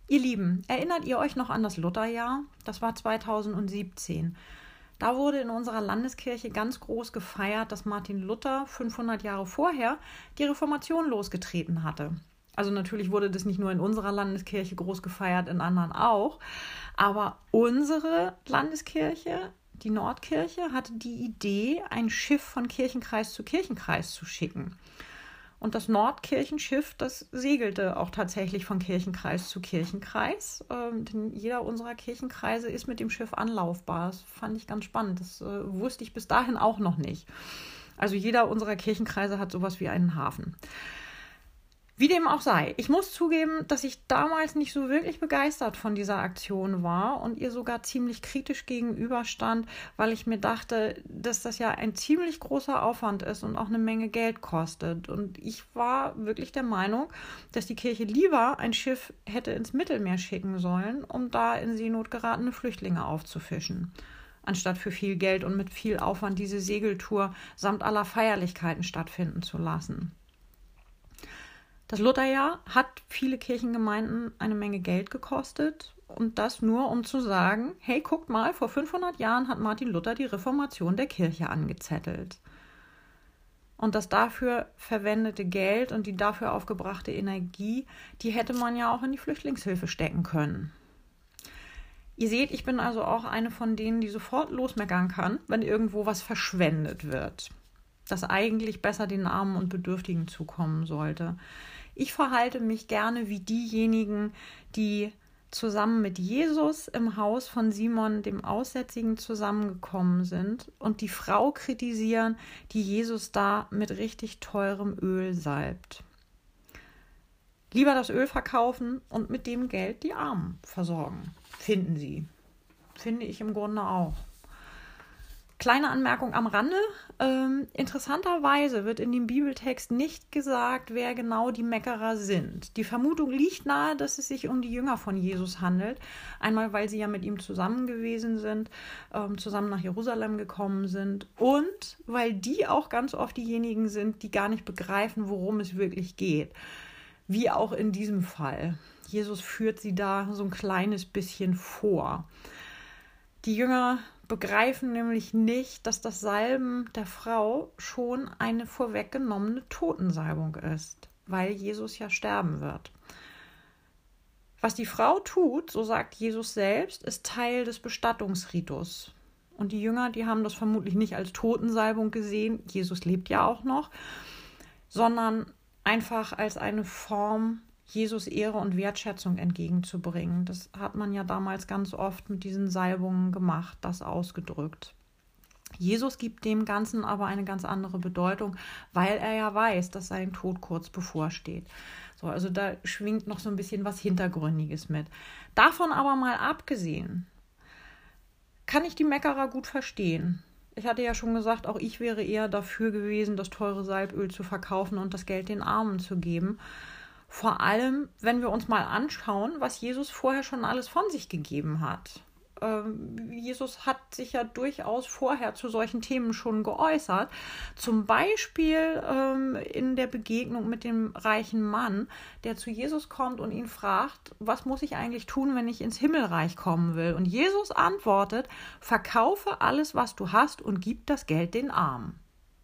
Ihr Lieben, erinnert ihr euch noch an das Lutherjahr? Das war 2017. Da wurde in unserer Landeskirche ganz groß gefeiert, dass Martin Luther 500 Jahre vorher die Reformation losgetreten hatte. Also natürlich wurde das nicht nur in unserer Landeskirche groß gefeiert, in anderen auch. Aber unsere Landeskirche, die Nordkirche, hatte die Idee, ein Schiff von Kirchenkreis zu Kirchenkreis zu schicken. Und das Nordkirchenschiff, das segelte auch tatsächlich von Kirchenkreis zu Kirchenkreis. Denn jeder unserer Kirchenkreise ist mit dem Schiff anlaufbar. Das fand ich ganz spannend. Das wusste ich bis dahin auch noch nicht. Also jeder unserer Kirchenkreise hat sowas wie einen Hafen. Wie dem auch sei, ich muss zugeben, dass ich damals nicht so wirklich begeistert von dieser Aktion war und ihr sogar ziemlich kritisch gegenüberstand, weil ich mir dachte, dass das ja ein ziemlich großer Aufwand ist und auch eine Menge Geld kostet. Und ich war wirklich der Meinung, dass die Kirche lieber ein Schiff hätte ins Mittelmeer schicken sollen, um da in Seenot geratene Flüchtlinge aufzufischen, anstatt für viel Geld und mit viel Aufwand diese Segeltour samt aller Feierlichkeiten stattfinden zu lassen. Das Lutherjahr hat viele Kirchengemeinden eine Menge Geld gekostet und das nur, um zu sagen, hey, guckt mal, vor 500 Jahren hat Martin Luther die Reformation der Kirche angezettelt. Und das dafür verwendete Geld und die dafür aufgebrachte Energie, die hätte man ja auch in die Flüchtlingshilfe stecken können. Ihr seht, ich bin also auch eine von denen, die sofort losmeckern kann, wenn irgendwo was verschwendet wird, das eigentlich besser den Armen und Bedürftigen zukommen sollte. Ich verhalte mich gerne wie diejenigen, die zusammen mit Jesus im Haus von Simon dem Aussätzigen zusammengekommen sind und die Frau kritisieren, die Jesus da mit richtig teurem Öl salbt. Lieber das Öl verkaufen und mit dem Geld die Armen versorgen, finden sie. Finde ich im Grunde auch. Kleine Anmerkung am Rande. Interessanterweise wird in dem Bibeltext nicht gesagt, wer genau die Meckerer sind. Die Vermutung liegt nahe, dass es sich um die Jünger von Jesus handelt. Einmal, weil sie ja mit ihm zusammen gewesen sind, zusammen nach Jerusalem gekommen sind und weil die auch ganz oft diejenigen sind, die gar nicht begreifen, worum es wirklich geht. Wie auch in diesem Fall. Jesus führt sie da so ein kleines bisschen vor. Die Jünger begreifen nämlich nicht, dass das Salben der Frau schon eine vorweggenommene Totensalbung ist, weil Jesus ja sterben wird. Was die Frau tut, so sagt Jesus selbst, ist Teil des Bestattungsritus. Und die Jünger, die haben das vermutlich nicht als Totensalbung gesehen, Jesus lebt ja auch noch, sondern einfach als eine Form, Jesus Ehre und Wertschätzung entgegenzubringen. Das hat man ja damals ganz oft mit diesen Salbungen gemacht, das ausgedrückt. Jesus gibt dem Ganzen aber eine ganz andere Bedeutung, weil er ja weiß, dass sein Tod kurz bevorsteht. So, also da schwingt noch so ein bisschen was Hintergründiges mit. Davon aber mal abgesehen, kann ich die Meckerer gut verstehen. Ich hatte ja schon gesagt, auch ich wäre eher dafür gewesen, das teure Salböl zu verkaufen und das Geld den Armen zu geben. Vor allem, wenn wir uns mal anschauen, was Jesus vorher schon alles von sich gegeben hat. Jesus hat sich ja durchaus vorher zu solchen Themen schon geäußert. Zum Beispiel in der Begegnung mit dem reichen Mann, der zu Jesus kommt und ihn fragt, was muss ich eigentlich tun, wenn ich ins Himmelreich kommen will? Und Jesus antwortet, verkaufe alles, was du hast und gib das Geld den Armen.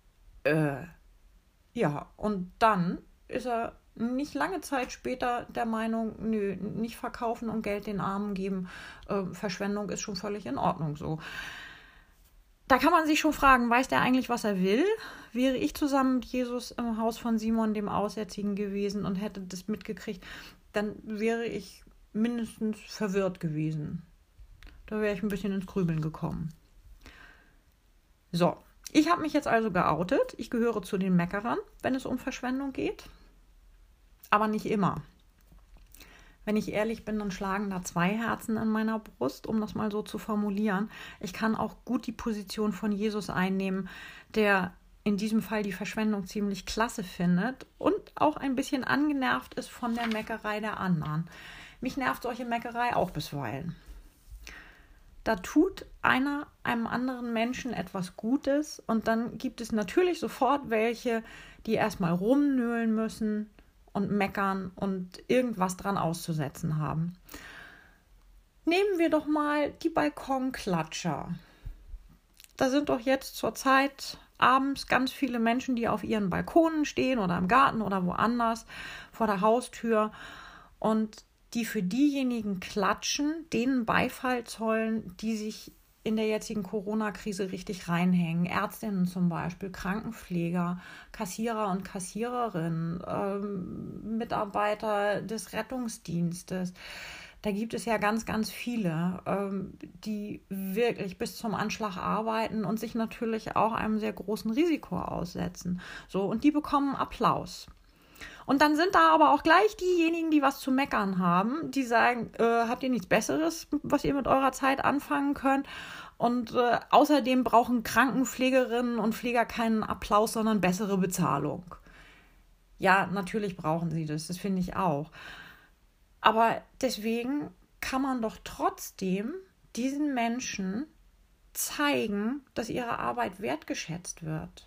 Ja, und dann ist er nicht lange Zeit später der Meinung, nö, nicht verkaufen und Geld den Armen geben, Verschwendung ist schon völlig in Ordnung so. Da kann man sich schon fragen, weiß der eigentlich, was er will? Wäre ich zusammen mit Jesus im Haus von Simon dem Aussätzigen gewesen und hätte das mitgekriegt, dann wäre ich mindestens verwirrt gewesen. Da wäre ich ein bisschen ins Grübeln gekommen. So, ich habe mich jetzt also geoutet. Ich gehöre zu den Meckerern, wenn es um Verschwendung geht. Aber nicht immer. Wenn ich ehrlich bin, dann schlagen da 2 Herzen in meiner Brust, um das mal so zu formulieren. Ich kann auch gut die Position von Jesus einnehmen, der in diesem Fall die Verschwendung ziemlich klasse findet und auch ein bisschen angenervt ist von der Meckerei der anderen. Mich nervt solche Meckerei auch bisweilen. Da tut einer einem anderen Menschen etwas Gutes und dann gibt es natürlich sofort welche, die erstmal rumnölen müssen und meckern und irgendwas dran auszusetzen haben. Nehmen wir doch mal die Balkonklatscher. Da sind doch jetzt zur Zeit abends ganz viele Menschen, die auf ihren Balkonen stehen oder im Garten oder woanders vor der Haustür und die für diejenigen klatschen, denen Beifall zollen, die sich in der jetzigen Corona-Krise richtig reinhängen. Ärztinnen zum Beispiel, Krankenpfleger, Kassierer und Kassiererinnen, Mitarbeiter des Rettungsdienstes. Da gibt es ja ganz, ganz viele, die wirklich bis zum Anschlag arbeiten und sich natürlich auch einem sehr großen Risiko aussetzen. So, und die bekommen Applaus. Und dann sind da aber auch gleich diejenigen, die was zu meckern haben, die sagen, habt ihr nichts Besseres, was ihr mit eurer Zeit anfangen könnt? Und außerdem brauchen Krankenpflegerinnen und Pfleger keinen Applaus, sondern bessere Bezahlung. Ja, natürlich brauchen sie das, das finde ich auch. Aber deswegen kann man doch trotzdem diesen Menschen zeigen, dass ihre Arbeit wertgeschätzt wird.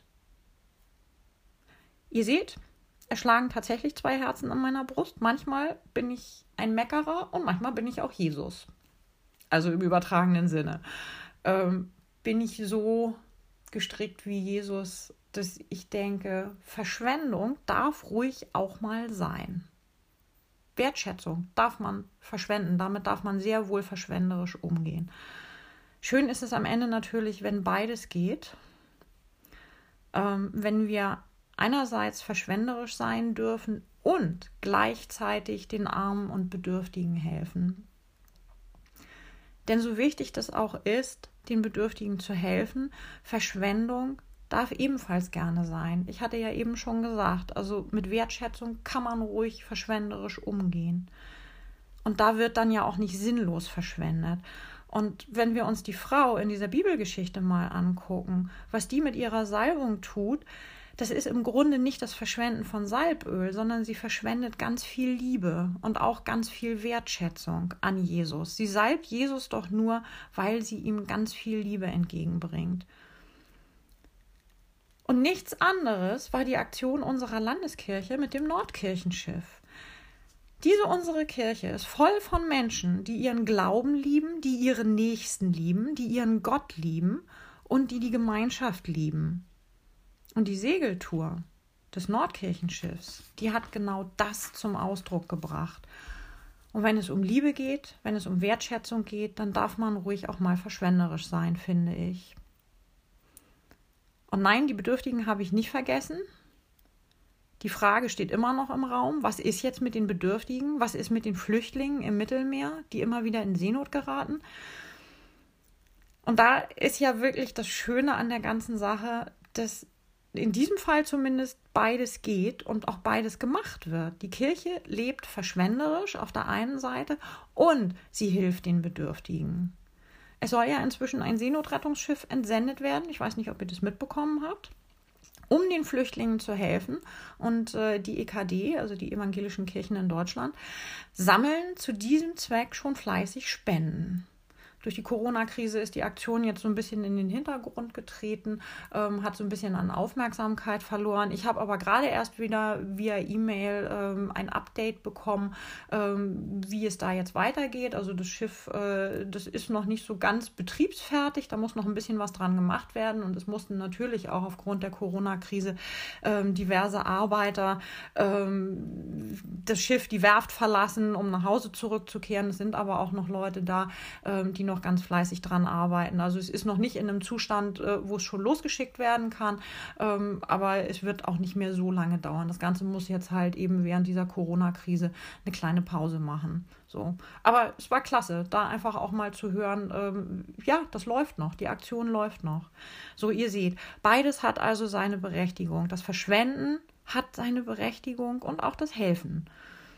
Ihr seht, es schlagen tatsächlich 2 Herzen an meiner Brust. Manchmal bin ich ein Meckerer und manchmal bin ich auch Jesus. Also im übertragenen Sinne. Bin ich so gestrickt wie Jesus, dass ich denke, Verschwendung darf ruhig auch mal sein. Wertschätzung darf man verschwenden. Damit darf man sehr wohl verschwenderisch umgehen. Schön ist es am Ende natürlich, wenn beides geht. Wenn wir einerseits verschwenderisch sein dürfen und gleichzeitig den Armen und Bedürftigen helfen. Denn so wichtig das auch ist, den Bedürftigen zu helfen, Verschwendung darf ebenfalls gerne sein. Ich hatte ja eben schon gesagt, also mit Wertschätzung kann man ruhig verschwenderisch umgehen. Und da wird dann ja auch nicht sinnlos verschwendet. Und wenn wir uns die Frau in dieser Bibelgeschichte mal angucken, was die mit ihrer Salbung tut, das ist im Grunde nicht das Verschwenden von Salböl, sondern sie verschwendet ganz viel Liebe und auch ganz viel Wertschätzung an Jesus. Sie salbt Jesus doch nur, weil sie ihm ganz viel Liebe entgegenbringt. Und nichts anderes war die Aktion unserer Landeskirche mit dem Nordkirchenschiff. Diese unsere Kirche ist voll von Menschen, die ihren Glauben lieben, die ihren Nächsten lieben, die ihren Gott lieben und die Gemeinschaft lieben. Und die Segeltour des Nordkirchenschiffs, die hat genau das zum Ausdruck gebracht. Und wenn es um Liebe geht, wenn es um Wertschätzung geht, dann darf man ruhig auch mal verschwenderisch sein, finde ich. Und nein, die Bedürftigen habe ich nicht vergessen. Die Frage steht immer noch im Raum, was ist jetzt mit den Bedürftigen? Was ist mit den Flüchtlingen im Mittelmeer, die immer wieder in Seenot geraten? Und da ist ja wirklich das Schöne an der ganzen Sache, dass in diesem Fall zumindest beides geht und auch beides gemacht wird. Die Kirche lebt verschwenderisch auf der einen Seite und sie hilft den Bedürftigen. Es soll ja inzwischen ein Seenotrettungsschiff entsendet werden. Ich weiß nicht, ob ihr das mitbekommen habt, um den Flüchtlingen zu helfen. Und die EKD, also die evangelischen Kirchen in Deutschland, sammeln zu diesem Zweck schon fleißig Spenden. Durch die Corona-Krise ist die Aktion jetzt so ein bisschen in den Hintergrund getreten, hat so ein bisschen an Aufmerksamkeit verloren. Ich habe aber gerade erst wieder via E-Mail ein Update bekommen, wie es da jetzt weitergeht. Also das Schiff, das ist noch nicht so ganz betriebsfertig, da muss noch ein bisschen was dran gemacht werden und es mussten natürlich auch aufgrund der Corona-Krise diverse Arbeiter das Schiff, die Werft verlassen, um nach Hause zurückzukehren. Es sind aber auch noch Leute da, die noch ganz fleißig dran arbeiten. Also es ist noch nicht in einem Zustand, wo es schon losgeschickt werden kann, aber es wird auch nicht mehr so lange dauern. Das Ganze muss jetzt halt eben während dieser Corona-Krise eine kleine Pause machen. So. Aber es war klasse, da einfach auch mal zu hören, ja, das läuft noch, die Aktion läuft noch. So, ihr seht, beides hat also seine Berechtigung. Das Verschwenden hat seine Berechtigung und auch das Helfen.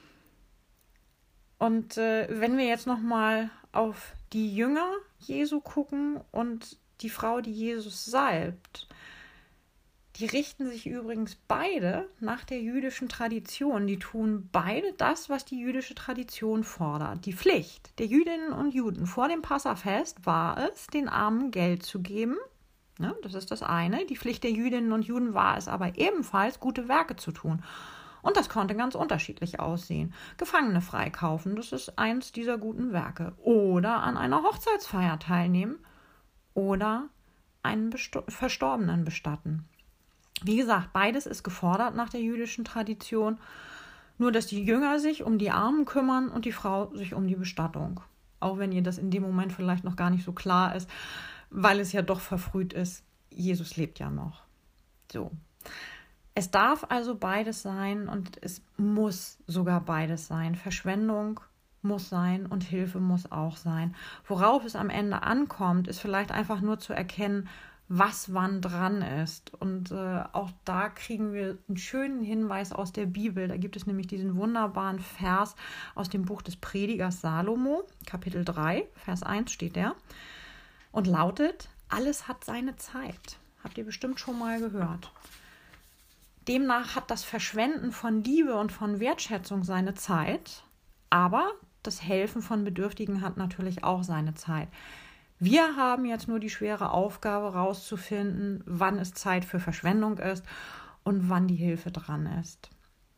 Und wenn wir jetzt nochmal auf die Jünger Jesu gucken und die Frau, die Jesus salbt, die richten sich übrigens beide nach der jüdischen Tradition. Die tun beide das, was die jüdische Tradition fordert. Die Pflicht der Jüdinnen und Juden vor dem Passafest war es, den Armen Geld zu geben. Ja, das ist das eine. Die Pflicht der Jüdinnen und Juden war es aber ebenfalls, gute Werke zu tun. Und das konnte ganz unterschiedlich aussehen. Gefangene freikaufen, das ist eins dieser guten Werke. Oder an einer Hochzeitsfeier teilnehmen. Oder einen Verstorbenen bestatten. Wie gesagt, beides ist gefordert nach der jüdischen Tradition. Nur, dass die Jünger sich um die Armen kümmern und die Frau sich um die Bestattung. Auch wenn ihr das in dem Moment vielleicht noch gar nicht so klar ist, weil es ja doch verfrüht ist. Jesus lebt ja noch. So. Es darf also beides sein und es muss sogar beides sein. Verschwendung muss sein und Hilfe muss auch sein. Worauf es am Ende ankommt, ist vielleicht einfach nur zu erkennen, was wann dran ist. Und auch da kriegen wir einen schönen Hinweis aus der Bibel. Da gibt es nämlich diesen wunderbaren Vers aus dem Buch des Predigers Salomo, Kapitel 3, Vers 1 steht der. Und lautet, alles hat seine Zeit. Habt ihr bestimmt schon mal gehört. Demnach hat das Verschwenden von Liebe und von Wertschätzung seine Zeit, aber das Helfen von Bedürftigen hat natürlich auch seine Zeit. Wir haben jetzt nur die schwere Aufgabe, herauszufinden, wann es Zeit für Verschwendung ist und wann die Hilfe dran ist.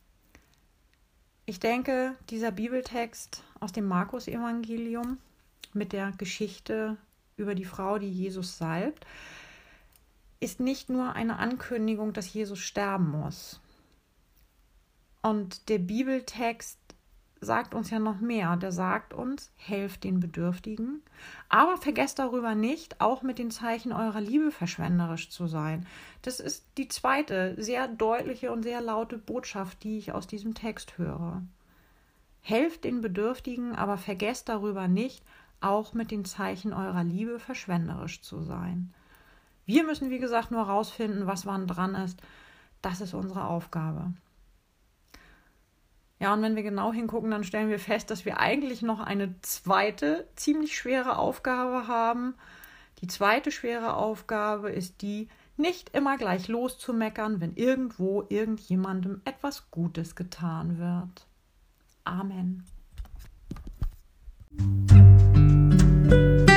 Ich denke, dieser Bibeltext aus dem Markus-Evangelium mit der Geschichte über die Frau, die Jesus salbt, ist nicht nur eine Ankündigung, dass Jesus sterben muss. Und der Bibeltext sagt uns ja noch mehr. Der sagt uns, helft den Bedürftigen, aber vergesst darüber nicht, auch mit den Zeichen eurer Liebe verschwenderisch zu sein. Das ist die zweite, sehr deutliche und sehr laute Botschaft, die ich aus diesem Text höre. Helft den Bedürftigen, aber vergesst darüber nicht, auch mit den Zeichen eurer Liebe verschwenderisch zu sein. Wir müssen, wie gesagt, nur rausfinden, was wann dran ist. Das ist unsere Aufgabe. Ja, und wenn wir genau hingucken, dann stellen wir fest, dass wir eigentlich noch eine zweite, ziemlich schwere Aufgabe haben. Die zweite schwere Aufgabe ist die, nicht immer gleich loszumeckern, wenn irgendwo irgendjemandem etwas Gutes getan wird. Amen.